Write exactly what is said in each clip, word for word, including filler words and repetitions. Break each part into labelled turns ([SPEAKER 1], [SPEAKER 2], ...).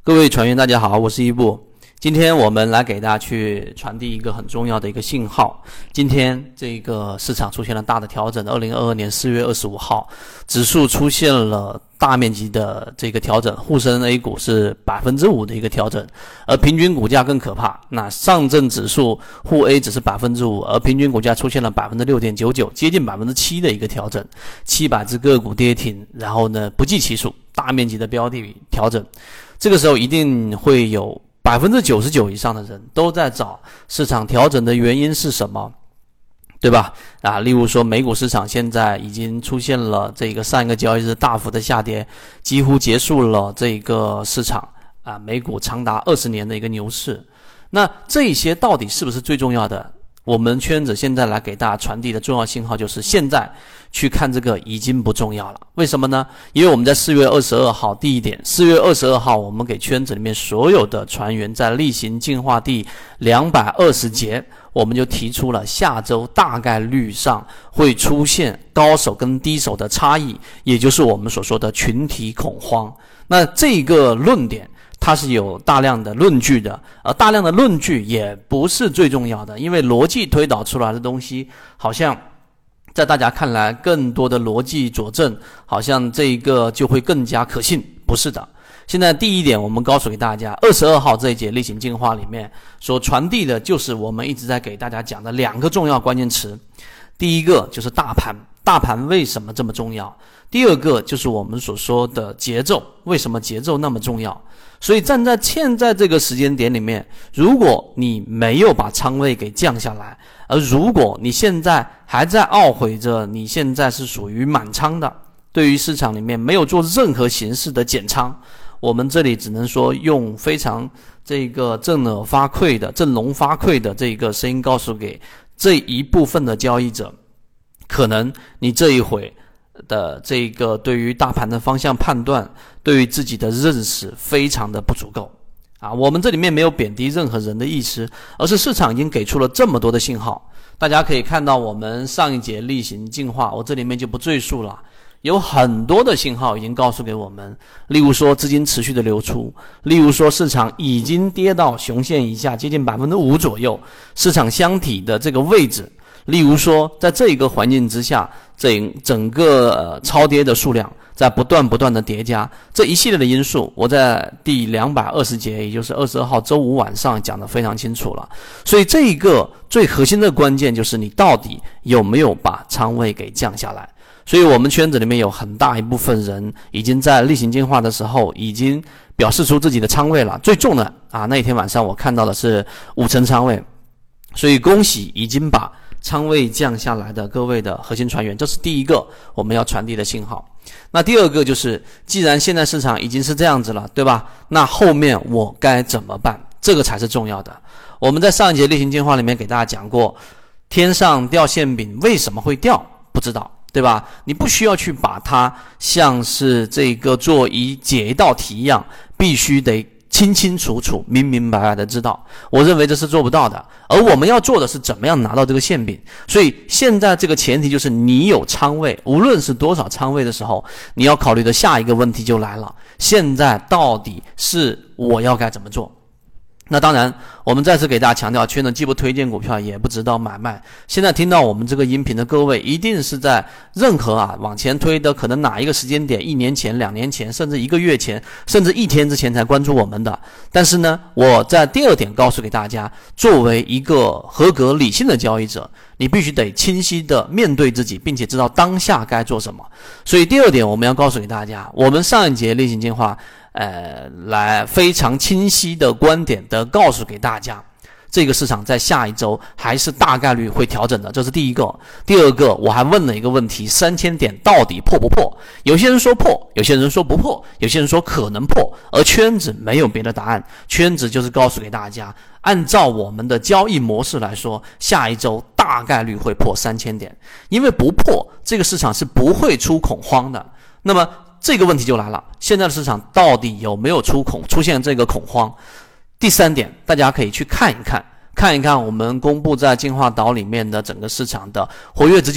[SPEAKER 1] 各位船员大家好，我是一步。今天我们来给大家去传递一个很重要的一个信号。今天这个市场出现了大的调整，二零二二年四月二十五号，指数出现了大面积的这个调整，沪深 A 股是 百分之五 的一个调整，而平均股价更可怕。那上证指数沪 A 只是 百分之五， 而平均股价出现了 百分之六点九九， 接近 百分之七 的一个调整，七百只个股跌停，然后呢不计其数，大面积的标的调整。这个时候一定会有 百分之九十九 以上的人都在找市场调整的原因是什么，对吧？啊，例如说美股市场现在已经出现了这个上一个交易日大幅的下跌，几乎结束了这个市场啊美股长达二十年的一个牛市。那这些到底是不是最重要的？我们圈子现在来给大家传递的重要信号就是，现在去看这个已经不重要了。为什么呢？因为我们在四月二十二号第一点，四月二十二号我们给圈子里面所有的船员在例行进化第两百二十节，我们就提出了下周大概率上会出现高手跟低手的差异，也就是我们所说的群体恐慌。那这个论点它是有大量的论据的，而大量的论据也不是最重要的，因为逻辑推导出来的东西好像在大家看来更多的逻辑佐证，好像这一个就会更加可信。不是的。现在第一点我们告诉给大家，二十二号这一节例行进化里面所传递的就是我们一直在给大家讲的两个重要关键词。第一个就是大盘，大盘为什么这么重要？第二个就是我们所说的节奏，为什么节奏那么重要？所以站在现在这个时间点里面，如果你没有把仓位给降下来，而如果你现在还在懊悔着你现在是属于满仓的，对于市场里面没有做任何形式的减仓，我们这里只能说用非常这个振耳发聩的振聋发聩的这个声音告诉给这一部分的交易者，可能你这一回的这个对于大盘的方向判断，对于自己的认识非常的不足够啊。我们这里面没有贬低任何人的意思，而是市场已经给出了这么多的信号。大家可以看到我们上一节例行进化，我这里面就不赘述了，有很多的信号已经告诉给我们，例如说资金持续的流出，例如说市场已经跌到熊线以下接近 百分之五 左右，市场箱体的这个位置，例如说在这一个环境之下，整整个呃超跌的数量在不断不断的叠加，这一系列的因素我在第两百二十节，也就是二十二号周五晚上讲得非常清楚了。所以这一个最核心的关键就是你到底有没有把仓位给降下来。所以我们圈子里面有很大一部分人已经在例行进化的时候已经表示出自己的仓位了，最重的啊那一天晚上我看到的是五成仓位，所以恭喜已经把仓位降下来的各位的核心船员，这是第一个我们要传递的信号。那第二个就是，既然现在市场已经是这样子了，对吧？那后面我该怎么办？这个才是重要的。我们在上一节例行进化里面给大家讲过，天上掉馅饼为什么会掉？不知道，对吧？你不需要去把它像是这个做一解一道题一样，必须得清清楚楚明明白白的知道，我认为这是做不到的。而我们要做的是怎么样拿到这个馅饼。所以现在这个前提就是你有仓位，无论是多少仓位的时候，你要考虑的下一个问题就来了，现在到底是我要该怎么做。那当然我们再次给大家强调，圈子既不推荐股票也不指导买卖。现在听到我们这个音频的各位，一定是在任何啊往前推的可能哪一个时间点，一年前、两年前，甚至一个月前，甚至一天之前才关注我们的。但是呢，我在第二点告诉给大家，作为一个合格理性的交易者，你必须得清晰的面对自己，并且知道当下该做什么。所以第二点我们要告诉给大家，我们上一节例行进化呃，来非常清晰的观点的告诉给大家，这个市场在下一周还是大概率会调整的，这是第一个。第二个，我还问了一个问题，三千点到底破不破？有些人说破，有些人说不破，有些人说可能破，而圈子没有别的答案，圈子就是告诉给大家，按照我们的交易模式来说，下一周大概率会破三千点，因为不破，这个市场是不会出恐慌的。那么这个问题就来了，现在的市场到底有没有出恐出现这个恐慌？第三点，大家可以去看一看看一看我们公布在进化岛里面的整个市场的活跃资金，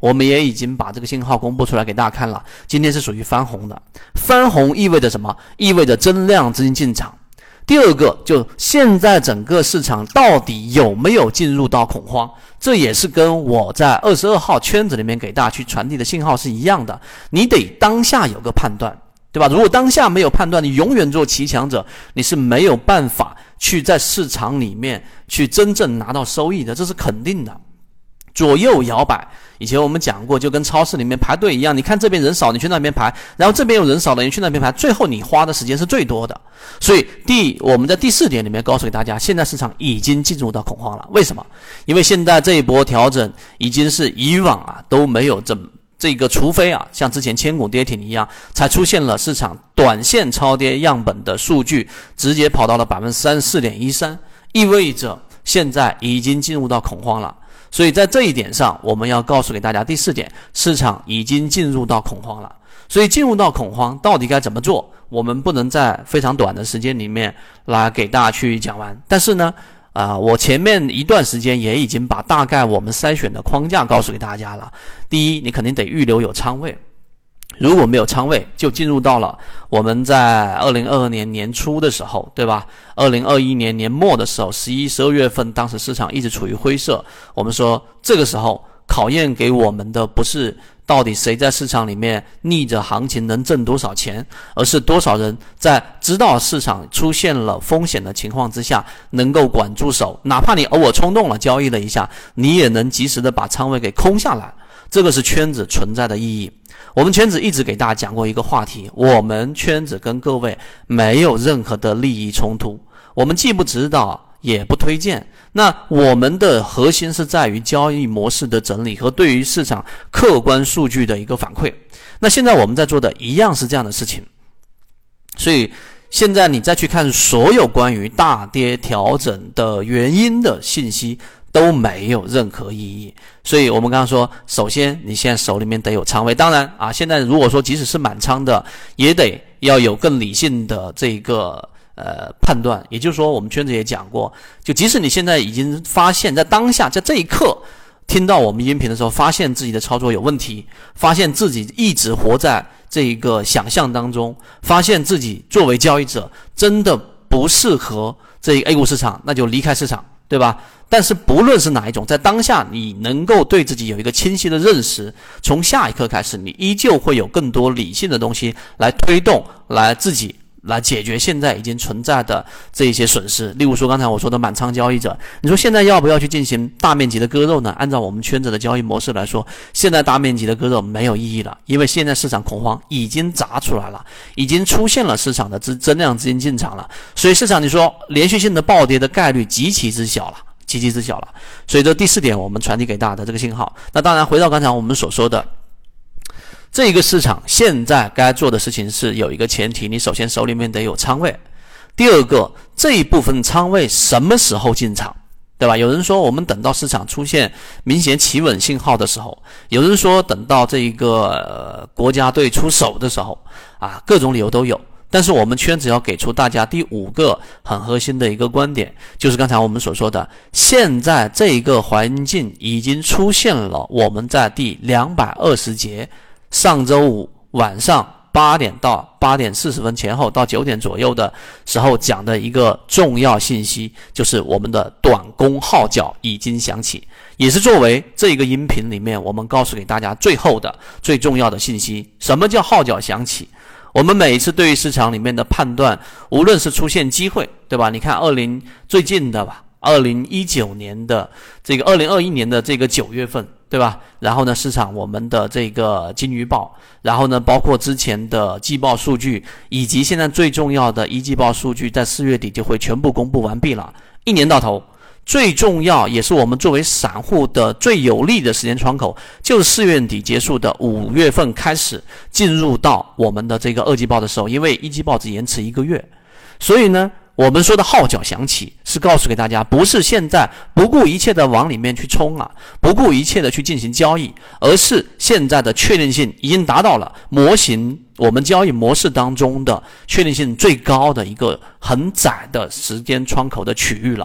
[SPEAKER 1] 我们也已经把这个信号公布出来给大家看了。今天是属于翻红的，翻红意味着什么？意味着增量资金进场。第二个，就现在整个市场到底有没有进入到恐慌，这也是跟我在二十二号圈子里面给大家去传递的信号是一样的。你得当下有个判断，对吧？如果当下没有判断，你永远做骑强者，你是没有办法去在市场里面去真正拿到收益的，这是肯定的。左右摇摆，以前我们讲过，就跟超市里面排队一样，你看这边人少，你去那边排，然后这边有人少了，你去那边排，最后你花的时间是最多的。所以第我们在第四点里面告诉给大家，现在市场已经进入到恐慌了。为什么？因为现在这一波调整已经是以往啊都没有这么这个，除非啊像之前千股跌停一样，才出现了市场短线超跌样本的数据直接跑到了 百分之三十四点一三， 意味着现在已经进入到恐慌了。所以在这一点上，我们要告诉给大家第四点，市场已经进入到恐慌了。所以进入到恐慌到底该怎么做，我们不能在非常短的时间里面来给大家去讲完。但是呢啊、呃，我前面一段时间也已经把大概我们筛选的框架告诉给大家了。第一，你肯定得预留有仓位，如果没有仓位，就进入到了我们在二零二二年年初的时候，对吧？二零二一年年末的时候，十一、十二月份，当时市场一直处于灰色。我们说这个时候考验给我们的不是到底谁在市场里面逆着行情能挣多少钱，而是多少人在知道市场出现了风险的情况之下能够管住手，哪怕你偶尔冲动了交易了一下，你也能及时的把仓位给空下来。这个是圈子存在的意义。我们圈子一直给大家讲过一个话题，我们圈子跟各位没有任何的利益冲突，我们既不指导也不推荐，那我们的核心是在于交易模式的整理和对于市场客观数据的一个反馈。那现在我们在做的一样是这样的事情，所以现在你再去看所有关于大跌调整的原因的信息都没有任何意义。所以我们刚刚说，首先你现在手里面得有仓位，当然啊，现在如果说即使是满仓的，也得要有更理性的这个呃判断。也就是说，我们圈子也讲过，就即使你现在已经发现在当下在这一刻听到我们音频的时候，发现自己的操作有问题，发现自己一直活在这一个想象当中，发现自己作为交易者真的不适合这个 A 股市场，那就离开市场，对吧？但是不论是哪一种，在当下你能够对自己有一个清晰的认识，从下一刻开始，你依旧会有更多理性的东西来推动，来自己来解决现在已经存在的这一些损失。例如说刚才我说的满仓交易者，你说现在要不要去进行大面积的割肉呢？按照我们圈子的交易模式来说，现在大面积的割肉没有意义了，因为现在市场恐慌已经砸出来了，已经出现了市场的资增量资金进场了，所以市场你说连续性的暴跌的概率极其之小了，极其之小了。所以这第四点我们传递给大家的这个信号。那当然回到刚才我们所说的，这个市场现在该做的事情是有一个前提，你首先手里面得有仓位，第二个，这一部分仓位什么时候进场，对吧？有人说我们等到市场出现明显企稳信号的时候，有人说等到这一个、呃、国家队出手的时候啊，各种理由都有。但是我们圈子要给出大家第五个很核心的一个观点，就是刚才我们所说的，现在这一个环境已经出现了我们在第两百二十节上周五晚上八点到八点四十分前后到九点左右的时候讲的一个重要信息，就是我们的短攻号角已经响起，也是作为这个音频里面我们告诉给大家最后的最重要的信息。什么叫号角响起？我们每一次对于市场里面的判断，无论是出现机会，对吧？你看二零最近的吧，二零一九年的这个二零二一年的这个九月份，对吧？然后呢，市场我们的这个金鱼报，然后呢，包括之前的季报数据，以及现在最重要的一季报数据，在四月底就会全部公布完毕了。一年到头，最重要也是我们作为散户的最有利的时间窗口，就是四月底结束的五月份开始进入到我们的这个二季报的时候，因为一季报只延迟一个月，所以呢，我们说的号角响起是告诉给大家，不是现在不顾一切的往里面去冲啊，不顾一切的去进行交易，而是现在的确定性已经达到了模型我们交易模式当中的确定性最高的一个很窄的时间窗口的区域了。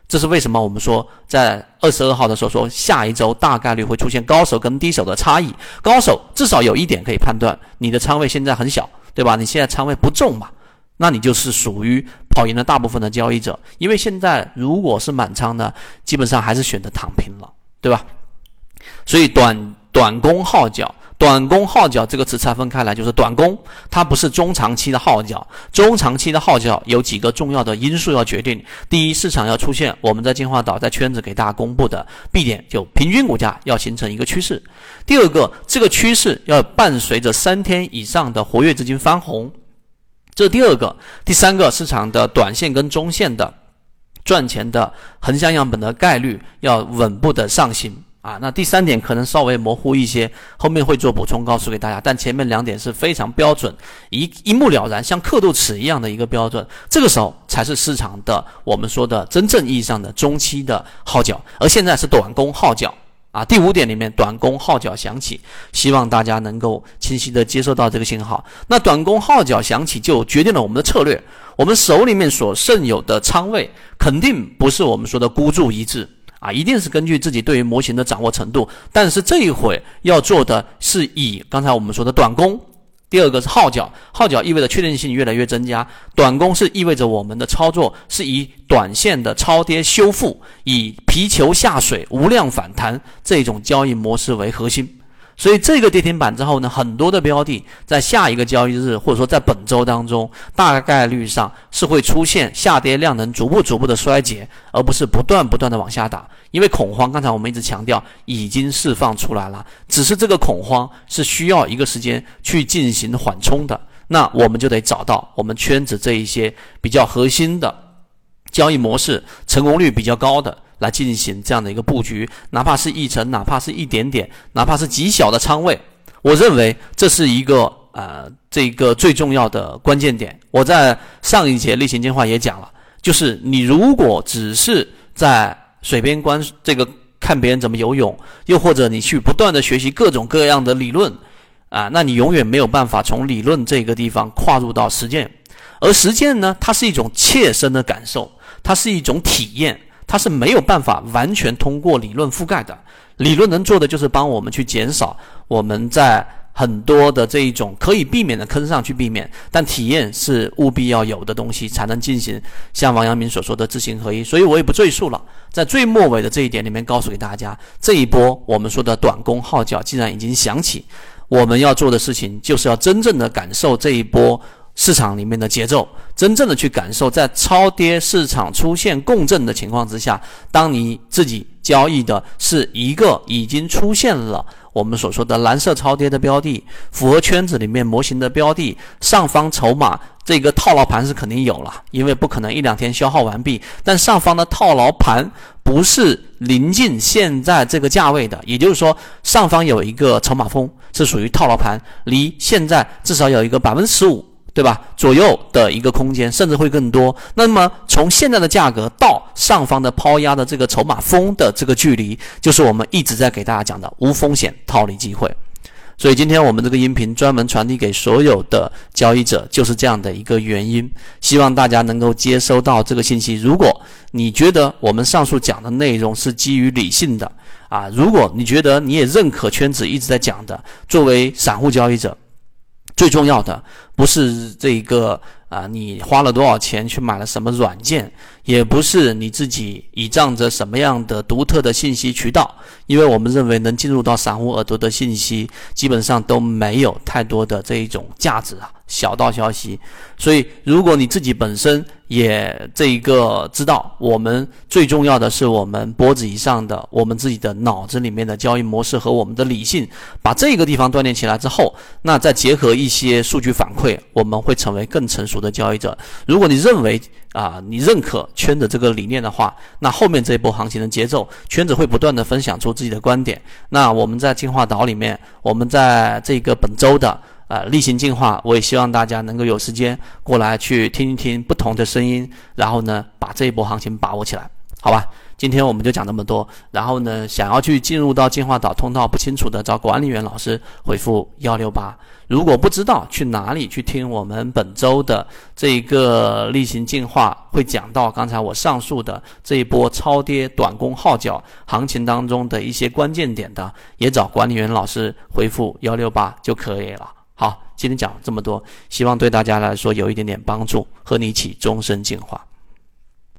[SPEAKER 1] 这是为什么我们说在二十二号的时候说下一周大概率会出现高手跟低手的差异。高手至少有一点可以判断，你的仓位现在很小，对吧？你现在仓位不重嘛，那你就是属于跑赢了大部分的交易者。因为现在如果是满仓呢，基本上还是选择躺平了，对吧？所以短短攻号角，短攻号角这个词拆分开来，就是短攻它不是中长期的号角，中长期的号角有几个重要的因素要决定。第一，市场要出现我们在进化岛在圈子给大家公布的 B 点，就平均股价要形成一个趋势。第二个，这个趋势要伴随着三天以上的活跃资金翻红，这是第二个。第三个，市场的短线跟中线的赚钱的横向样本的概率要稳步的上行啊。那第三点可能稍微模糊一些，后面会做补充告诉给大家，但前面两点是非常标准，一一目了然，像刻度尺一样的一个标准。这个时候才是市场的我们说的真正意义上的中期的号角，而现在是短攻号角啊。第五点里面短攻号角响起，希望大家能够清晰的接收到这个信号。那短攻号角响起就决定了我们的策略，我们手里面所剩有的仓位肯定不是我们说的孤注一掷啊，一定是根据自己对于模型的掌握程度。但是这一回要做的是以刚才我们说的短攻，第二个是号角，号角意味着确定性越来越增加，短攻是意味着我们的操作是以短线的超跌修复，以皮球下水无量反弹这种交易模式为核心。所以这个跌停板之后呢，很多的标的在下一个交易日或者说在本周当中，大概率上是会出现下跌量能逐步逐步的衰竭，而不是不断不断的往下打。因为恐慌刚才我们一直强调已经释放出来了，只是这个恐慌是需要一个时间去进行缓冲的。那我们就得找到我们圈子这一些比较核心的交易模式，成功率比较高的来进行这样的一个布局，哪怕是一成，哪怕是一点点，哪怕是极小的仓位，我认为这是一个呃这个最重要的关键点。我在上一节例行进化也讲了，就是你如果只是在水边观这个看别人怎么游泳，又或者你去不断的学习各种各样的理论啊，那你永远没有办法从理论这个地方跨入到实践。而实践呢，它是一种切身的感受，它是一种体验，它是没有办法完全通过理论覆盖的。理论能做的就是帮我们去减少我们在很多的这一种可以避免的坑上去避免，但体验是务必要有的东西，才能进行像王阳明所说的知行合一。所以我也不赘述了，在最末尾的这一点里面告诉给大家，这一波我们说的短攻号角既然已经响起，我们要做的事情就是要真正的感受这一波市场里面的节奏，真正的去感受在超跌市场出现共振的情况之下，当你自己交易的是一个已经出现了我们所说的蓝色超跌的标的，符合圈子里面模型的标的，上方筹码这个套牢盘是肯定有了，因为不可能一两天消耗完毕，但上方的套牢盘不是临近现在这个价位的，也就是说上方有一个筹码峰是属于套牢盘，离现在至少有一个 百分之十五对吧左右的一个空间，甚至会更多。那么从现在的价格到上方的抛压的这个筹码峰的这个距离，就是我们一直在给大家讲的无风险套利机会。所以今天我们这个音频专门传递给所有的交易者，就是这样的一个原因，希望大家能够接收到这个信息。如果你觉得我们上述讲的内容是基于理性的啊，如果你觉得你也认可圈子一直在讲的，作为散户交易者最重要的不是这个啊，你花了多少钱去买了什么软件，也不是你自己倚仗着什么样的独特的信息渠道，因为我们认为能进入到散户耳朵的信息基本上都没有太多的这一种价值啊，小道消息。所以如果你自己本身也这一个知道，我们最重要的是我们脖子以上的我们自己的脑子里面的交易模式和我们的理性，把这个地方锻炼起来之后，那再结合一些数据反馈，我们会成为更成熟的交易者。如果你认为啊，你认可圈子这个理念的话，那后面这一波行情的节奏，圈子会不断的分享出自己的观点。那我们在进化岛里面，我们在这个本周的呃例行进化，我也希望大家能够有时间过来去听一听不同的声音，然后呢把这一波行情把握起来，好吧？ 今天我们就讲这么多。然后呢，想要去进入到进化岛通道不清楚的，找管理员老师回复一六八。如果不知道去哪里去听我们本周的这个例行进化，会讲到刚才我上述的这一波超跌短攻号角行情当中的一些关键点的，也找管理员老师回复一六八就可以了。好，今天讲这么多，希望对大家来说有一点点帮助，和你一起终身进化。